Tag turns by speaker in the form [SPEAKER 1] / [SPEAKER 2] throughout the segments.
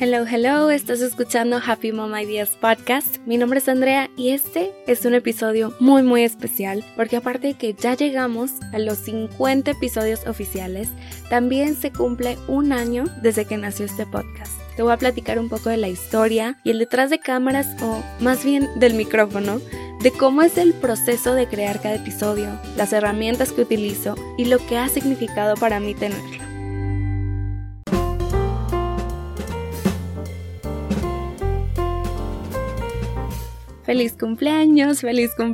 [SPEAKER 1] Hello, estás escuchando Happy Mom Ideas Podcast. Mi nombre es Andrea y este es un episodio muy especial porque aparte de que ya llegamos a los 50 episodios oficiales, también se cumple un año desde que nació este podcast. Te voy a platicar un poco de la historia y el detrás de cámaras, o más bien del micrófono, de cómo es el proceso de crear cada episodio, las herramientas que utilizo y lo que ha significado para mí tenerlo. Feliz cumpleaños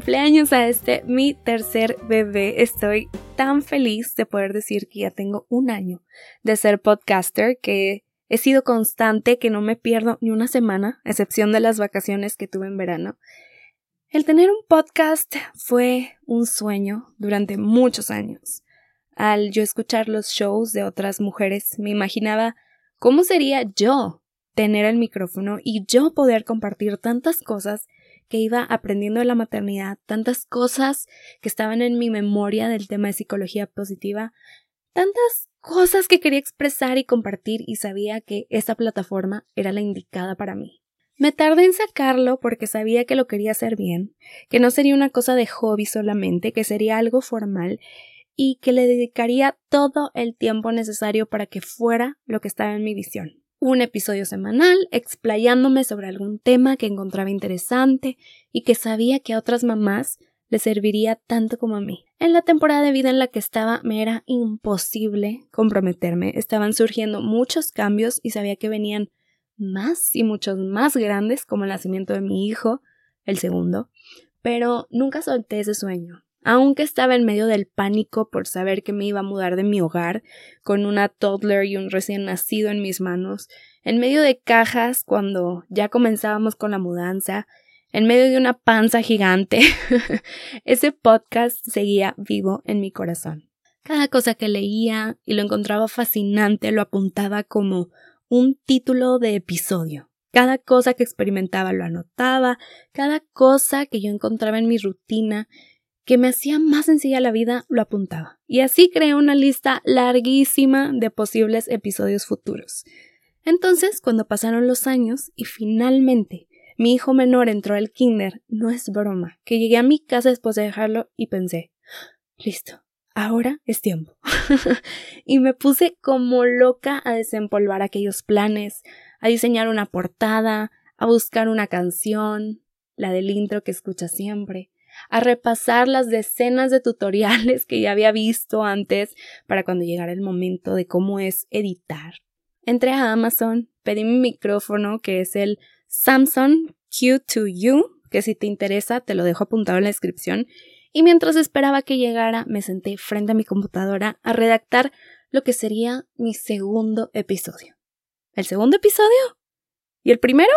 [SPEAKER 1] a mi tercer bebé. Estoy tan feliz de poder decir que ya tengo un año de ser podcaster, que he sido constante, que no me pierdo ni una semana, a excepción de las vacaciones que tuve en verano. El tener un podcast fue un sueño durante muchos años. Al yo escuchar los shows de otras mujeres, me imaginaba cómo sería yo tener el micrófono y yo poder compartir tantas cosas que iba aprendiendo de la maternidad, tantas cosas que estaban en mi memoria del tema de psicología positiva, tantas cosas que quería expresar y compartir y sabía que esa plataforma era la indicada para mí. Me tardé en sacarlo porque sabía que lo quería hacer bien, que no sería una cosa de hobby solamente, que sería algo formal y que le dedicaría todo el tiempo necesario para que fuera lo que estaba en mi visión. Un episodio semanal explayándome sobre algún tema que encontraba interesante y que sabía que a otras mamás les serviría tanto como a mí. En la temporada de vida en la que estaba me era imposible comprometerme. Estaban surgiendo muchos cambios y sabía que venían más y muchos más grandes, como el nacimiento de mi hijo, el segundo, pero nunca solté ese sueño. Aunque estaba en medio del pánico por saber que me iba a mudar de mi hogar, con una toddler y un recién nacido en mis manos, en medio de cajas cuando ya comenzábamos con la mudanza, en medio de una panza gigante, ese podcast seguía vivo en mi corazón. Cada cosa que leía y lo encontraba fascinante lo apuntaba como un título de episodio. Cada cosa que experimentaba lo anotaba, cada cosa que yo encontraba en mi rutina que me hacía más sencilla la vida, lo apuntaba. Y así creé una lista larguísima de posibles episodios futuros. Entonces, cuando pasaron los años y finalmente mi hijo menor entró al kinder, no es broma, que llegué a mi casa después de dejarlo y pensé, listo, ahora es tiempo. Y me puse como loca a desempolvar aquellos planes, a diseñar una portada, a buscar una canción, la del intro que escuchas siempre, a repasar las decenas de tutoriales que ya había visto antes para cuando llegara el momento de cómo es editar. Entré a Amazon, pedí mi micrófono que es el Samson Q2U, que si te interesa te lo dejo apuntado en la descripción, y mientras esperaba que llegara me senté frente a mi computadora a redactar lo que sería mi segundo episodio. ¿El segundo episodio? ¿Y el primero?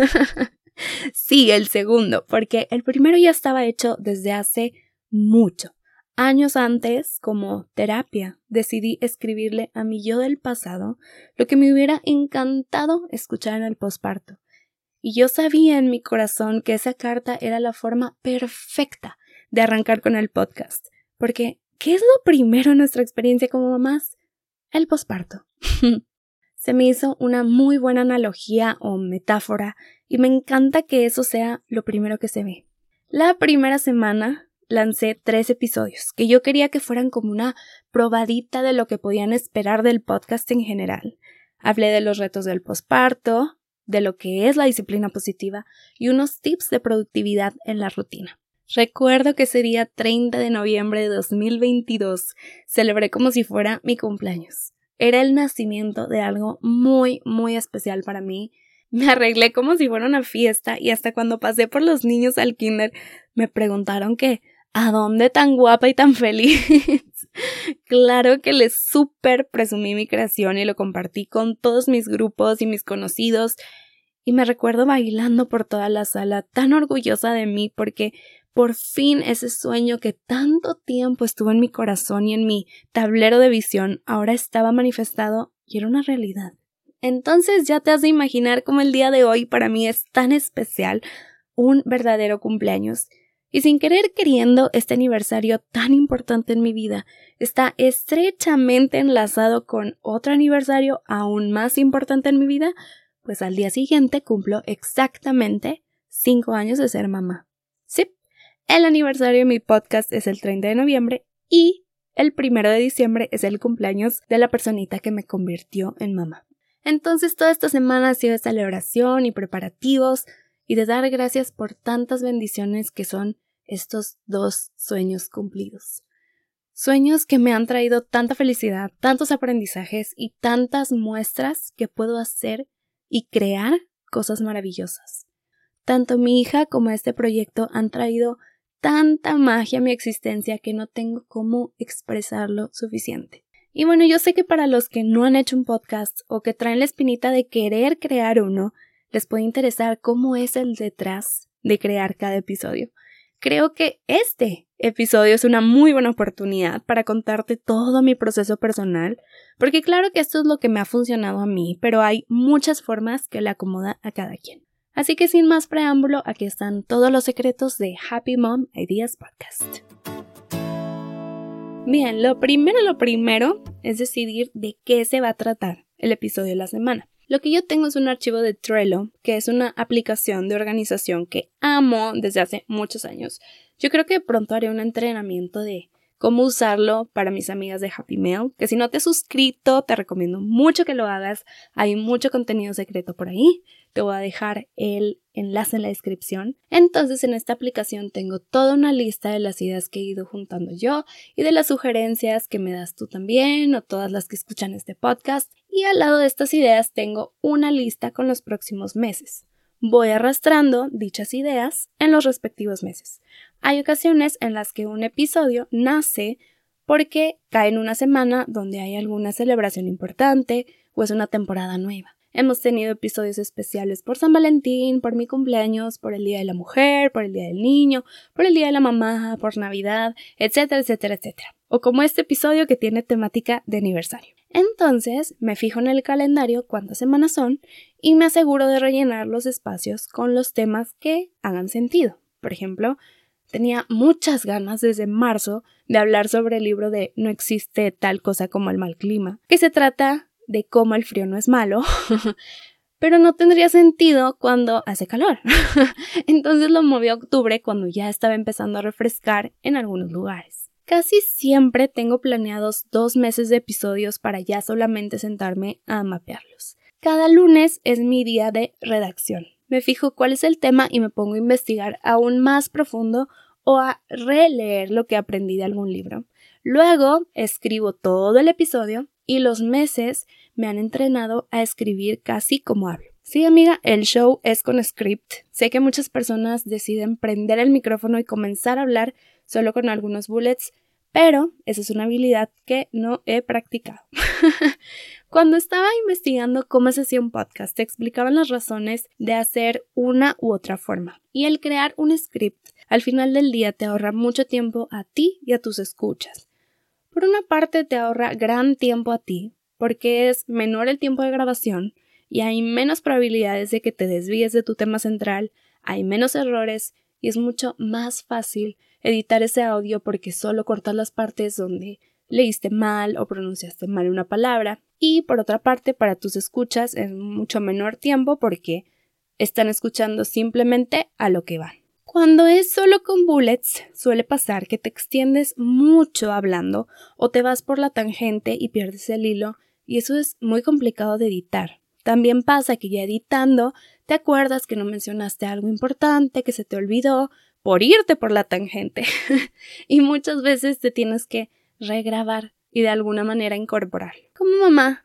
[SPEAKER 1] Sí, el segundo, porque el primero ya estaba hecho desde hace mucho. Años antes, como terapia, decidí escribirle a mi yo del pasado lo que me hubiera encantado escuchar en el posparto. Y yo sabía en mi corazón que esa carta era la forma perfecta de arrancar con el podcast. Porque, ¿qué es lo primero en nuestra experiencia como mamás? El posparto. Se me hizo una muy buena analogía o metáfora y me encanta que eso sea lo primero que se ve. La primera semana lancé 3 episodios que yo quería que fueran como una probadita de lo que podían esperar del podcast en general. Hablé de los retos del posparto, de lo que es la disciplina positiva y unos tips de productividad en la rutina. Recuerdo que ese día 30 de noviembre de 2022 celebré como si fuera mi cumpleaños. Era el nacimiento de algo muy especial para mí. Me arreglé como si fuera una fiesta y hasta cuando pasé por los niños al kinder me preguntaron que ¿a dónde tan guapa y tan feliz? Claro que les súper presumí mi creación y lo compartí con todos mis grupos y mis conocidos y me recuerdo bailando por toda la sala tan orgullosa de mí porque por fin ese sueño que tanto tiempo estuvo en mi corazón y en mi tablero de visión ahora estaba manifestado y era una realidad. Entonces ya te has de imaginar cómo el día de hoy para mí es tan especial, un verdadero cumpleaños. Y sin querer queriendo, este aniversario tan importante en mi vida está estrechamente enlazado con otro aniversario aún más importante en mi vida, pues al día siguiente cumplo exactamente 5 años de ser mamá. Sí, el aniversario de mi podcast es el 30 de noviembre y el 1 de diciembre es el cumpleaños de la personita que me convirtió en mamá. Entonces toda esta semana ha sido de celebración y preparativos y de dar gracias por tantas bendiciones que son estos 2 sueños cumplidos. Sueños que me han traído tanta felicidad, tantos aprendizajes y tantas muestras que puedo hacer y crear cosas maravillosas. Tanto mi hija como este proyecto han traído tanta magia a mi existencia que no tengo cómo expresarlo suficiente. Y bueno, yo sé que para los que no han hecho un podcast o que traen la espinita de querer crear uno, les puede interesar cómo es el detrás de crear cada episodio. Creo que este episodio es una muy buena oportunidad para contarte todo mi proceso personal, porque claro que esto es lo que me ha funcionado a mí, pero hay muchas formas que le acomoda a cada quien. Así que sin más preámbulo, aquí están todos los secretos de Happy Mom Ideas Podcast. Bien, lo primero es decidir de qué se va a tratar el episodio de la semana. Lo que yo tengo es un archivo de Trello, que es una aplicación de organización que amo desde hace muchos años. Yo creo que pronto haré un entrenamiento de cómo usarlo para mis amigas de Happy Mail, que si no te has suscrito, te recomiendo mucho que lo hagas. Hay mucho contenido secreto por ahí. Te voy a dejar el enlace en la descripción. Entonces, en esta aplicación tengo toda una lista de las ideas que he ido juntando yo y de las sugerencias que me das tú también o todas las que escuchan este podcast. Y al lado de estas ideas tengo una lista con los próximos meses. Voy arrastrando dichas ideas en los respectivos meses. Hay ocasiones en las que un episodio nace porque cae en una semana donde hay alguna celebración importante o es una temporada nueva. Hemos tenido episodios especiales por San Valentín, por mi cumpleaños, por el Día de la Mujer, por el Día del Niño, por el Día de la Mamá, por Navidad, etcétera, etcétera, etcétera. O como este episodio que tiene temática de aniversario. Entonces, me fijo en el calendario cuántas semanas son y me aseguro de rellenar los espacios con los temas que hagan sentido. Por ejemplo, tenía muchas ganas desde marzo de hablar sobre el libro de No existe tal cosa como el mal clima, que se trata de cómo el frío no es malo, pero no tendría sentido cuando hace calor. Entonces lo moví a octubre cuando ya estaba empezando a refrescar en algunos lugares. Casi siempre tengo planeados 2 meses de episodios para ya solamente sentarme a mapearlos. Cada lunes es mi día de redacción. Me fijo cuál es el tema y me pongo a investigar aún más profundo o a releer lo que aprendí de algún libro. Luego escribo todo el episodio y los meses me han entrenado a escribir casi como hablo. Sí, amiga, el show es con script. Sé que muchas personas deciden prender el micrófono y comenzar a hablar solo con algunos bullets, pero esa es una habilidad que no he practicado. Cuando estaba investigando cómo se hacía un podcast, te explicaban las razones de hacer una u otra forma. Y el crear un script al final del día te ahorra mucho tiempo a ti y a tus escuchas. Por una parte te ahorra gran tiempo a ti, porque es menor el tiempo de grabación y hay menos probabilidades de que te desvíes de tu tema central, hay menos errores y es mucho más fácil editar ese audio porque solo cortas las partes donde leíste mal o pronunciaste mal una palabra. Y por otra parte, para tus escuchas es mucho menor tiempo porque están escuchando simplemente a lo que van. Cuando es solo con bullets, suele pasar que te extiendes mucho hablando o te vas por la tangente y pierdes el hilo y eso es muy complicado de editar. También pasa que ya editando te acuerdas que no mencionaste algo importante, que se te olvidó por irte por la tangente y muchas veces te tienes que regrabar y de alguna manera incorporar. Como mamá,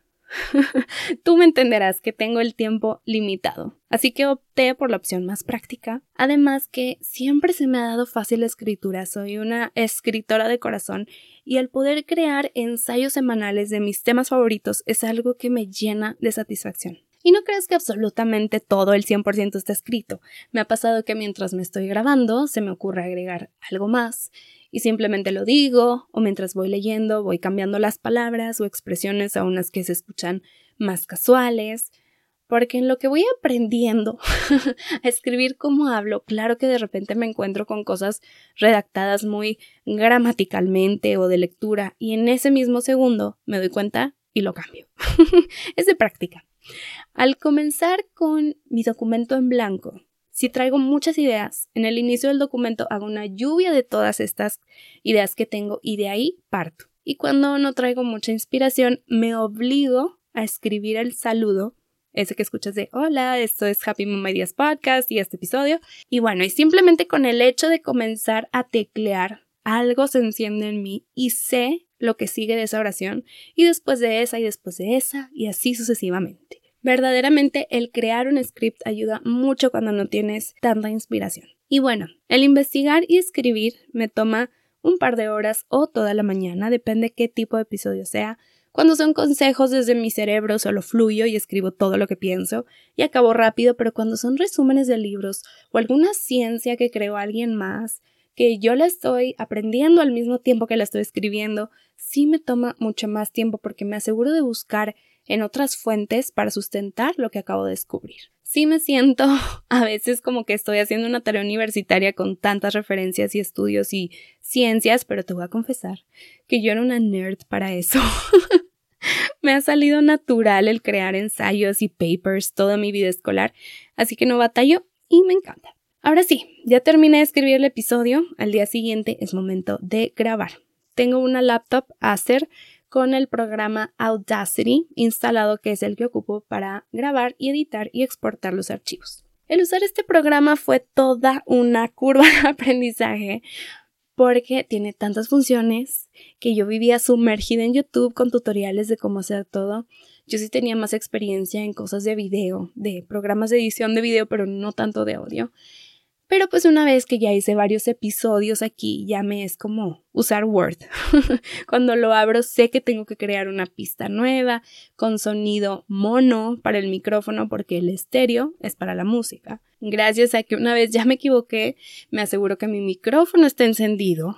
[SPEAKER 1] tú me entenderás que tengo el tiempo limitado, así que opté por la opción más práctica. Además que siempre se me ha dado fácil la escritura, soy una escritora de corazón y el poder crear ensayos semanales de mis temas favoritos es algo que me llena de satisfacción. Y no creas que absolutamente todo el 100% está escrito. Me ha pasado que mientras me estoy grabando se me ocurre agregar algo más y simplemente lo digo, o mientras voy leyendo voy cambiando las palabras o expresiones a unas que se escuchan más casuales, porque en lo que voy aprendiendo a escribir como hablo, claro que de repente me encuentro con cosas redactadas muy gramaticalmente o de lectura y en ese mismo segundo me doy cuenta y lo cambio. Es de práctica. Al comenzar con mi documento en blanco, si traigo muchas ideas, en el inicio del documento hago una lluvia de todas estas ideas que tengo y de ahí parto. Y cuando no traigo mucha inspiración, me obligo a escribir el saludo, ese que escuchas de hola, esto es Happy Mom Ideas Podcast y este episodio. Y bueno, y simplemente con el hecho de comenzar a teclear, algo se enciende en mí y sé lo que sigue de esa oración y después de esa y después de esa y así sucesivamente. Verdaderamente el crear un script ayuda mucho cuando no tienes tanta inspiración. Y bueno, el investigar y escribir me toma un par de horas o toda la mañana, depende qué tipo de episodio sea. Cuando son consejos desde mi cerebro solo fluyo y escribo todo lo que pienso y acabo rápido, pero cuando son resúmenes de libros o alguna ciencia que creó alguien más, que yo la estoy aprendiendo al mismo tiempo que la estoy escribiendo, sí me toma mucho más tiempo porque me aseguro de buscar en otras fuentes para sustentar lo que acabo de descubrir. Sí me siento a veces como que estoy haciendo una tarea universitaria con tantas referencias y estudios y ciencias, pero te voy a confesar que yo era una nerd para eso. Me ha salido natural el crear ensayos y papers toda mi vida escolar, así que no batallo y me encanta. Ahora sí, ya terminé de escribir el episodio, al día siguiente es momento de grabar. Tengo una laptop Acer con el programa Audacity instalado, que es el que ocupo para grabar y editar y exportar los archivos. El usar este programa fue toda una curva de aprendizaje porque tiene tantas funciones que yo vivía sumergida en YouTube con tutoriales de cómo hacer todo. Yo sí tenía más experiencia en cosas de video, de programas de edición de video, pero no tanto de audio. Pero pues una vez que ya hice varios episodios aquí, ya me es como usar Word. Cuando lo abro sé que tengo que crear una pista nueva con sonido mono para el micrófono porque el estéreo es para la música. Gracias a que una vez ya me equivoqué, me aseguro que mi micrófono está encendido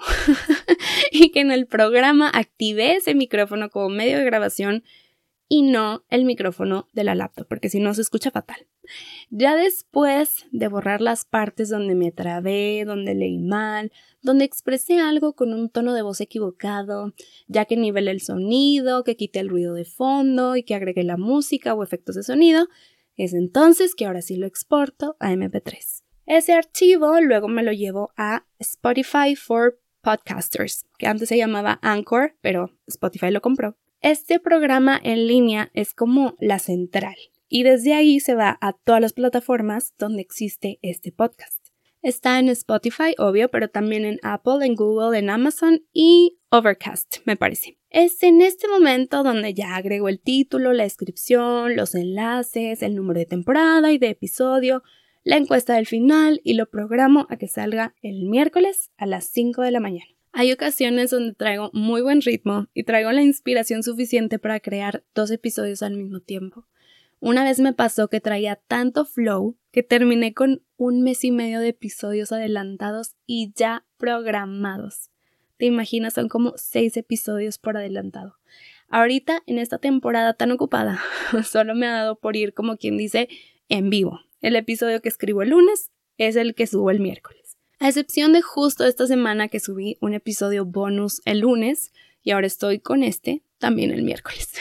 [SPEAKER 1] y que en el programa activé ese micrófono como medio de grabación y no el micrófono de la laptop, porque si no se escucha fatal. Ya después de borrar las partes donde me trabé, donde leí mal, donde expresé algo con un tono de voz equivocado, ya que nivelé el sonido, que quité el ruido de fondo y que agregué la música o efectos de sonido, es entonces que ahora sí lo exporto a MP3. Ese archivo luego me lo llevo a Spotify for Podcasters, que antes se llamaba Anchor, pero Spotify lo compró. Este programa en línea es como la central y desde ahí se va a todas las plataformas donde existe este podcast. Está en Spotify, obvio, pero también en Apple, en Google, en Amazon y Overcast, me parece. Es en este momento donde ya agrego el título, la descripción, los enlaces, el número de temporada y de episodio, la encuesta del final y lo programo a que salga el miércoles a las 5 de la mañana. Hay ocasiones donde traigo muy buen ritmo y traigo la inspiración suficiente para crear 2 episodios al mismo tiempo. Una vez me pasó que traía tanto flow que terminé con 1 mes y medio de episodios adelantados y ya programados. ¿Te imaginas? Son como 6 episodios por adelantado. Ahorita, en esta temporada tan ocupada, solo me ha dado por ir, como quien dice, en vivo. El episodio que escribo el lunes es el que subo el miércoles. A excepción de justo esta semana que subí un episodio bonus el lunes y ahora estoy con este también el miércoles.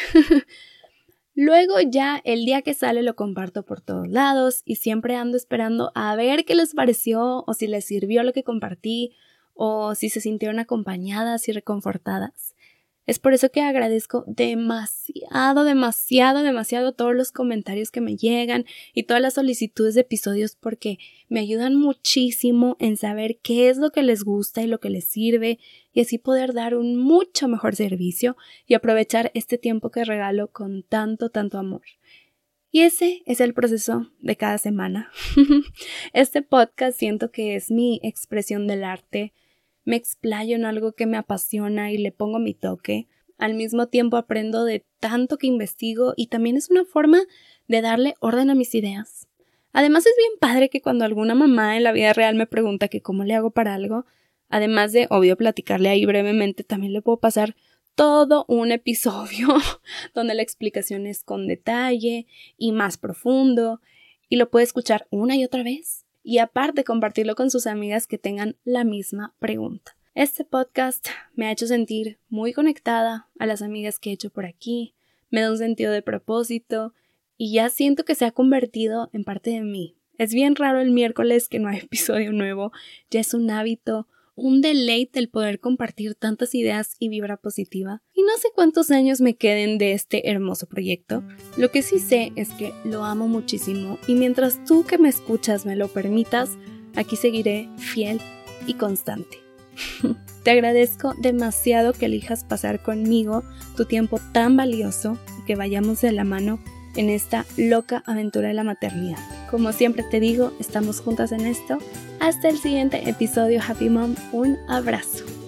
[SPEAKER 1] Luego ya el día que sale lo comparto por todos lados y siempre ando esperando a ver qué les pareció o si les sirvió lo que compartí o si se sintieron acompañadas y reconfortadas. Es por eso que agradezco demasiado todos los comentarios que me llegan y todas las solicitudes de episodios porque me ayudan muchísimo en saber qué es lo que les gusta y lo que les sirve y así poder dar un mucho mejor servicio y aprovechar este tiempo que regalo con tanto amor. Y ese es el proceso de cada semana. Este podcast siento que es mi expresión del arte. Me explayo en algo que me apasiona y le pongo mi toque. Al mismo tiempo aprendo de tanto que investigo y también es una forma de darle orden a mis ideas. Además es bien padre que cuando alguna mamá en la vida real me pregunta que cómo le hago para algo, además de, obvio, platicarle ahí brevemente, también le puedo pasar todo un episodio donde la explicación es con detalle y más profundo y lo puede escuchar una y otra vez. Y aparte compartirlo con sus amigas que tengan la misma pregunta. Este podcast me ha hecho sentir muy conectada a las amigas que he hecho por aquí, me da un sentido de propósito y ya siento que se ha convertido en parte de mí. Es bien raro el miércoles que no hay episodio nuevo, ya es un hábito, un deleite el poder compartir tantas ideas y vibra positiva. Y no sé cuántos años me queden de este hermoso proyecto. Lo que sí sé es que lo amo muchísimo y mientras tú que me escuchas me lo permitas, aquí seguiré fiel y constante. Te agradezco demasiado que elijas pasar conmigo tu tiempo tan valioso y que vayamos de la mano en esta loca aventura de la maternidad. Como siempre te digo, estamos juntas en esto. Hasta el siguiente episodio, Happy Mom. Un abrazo.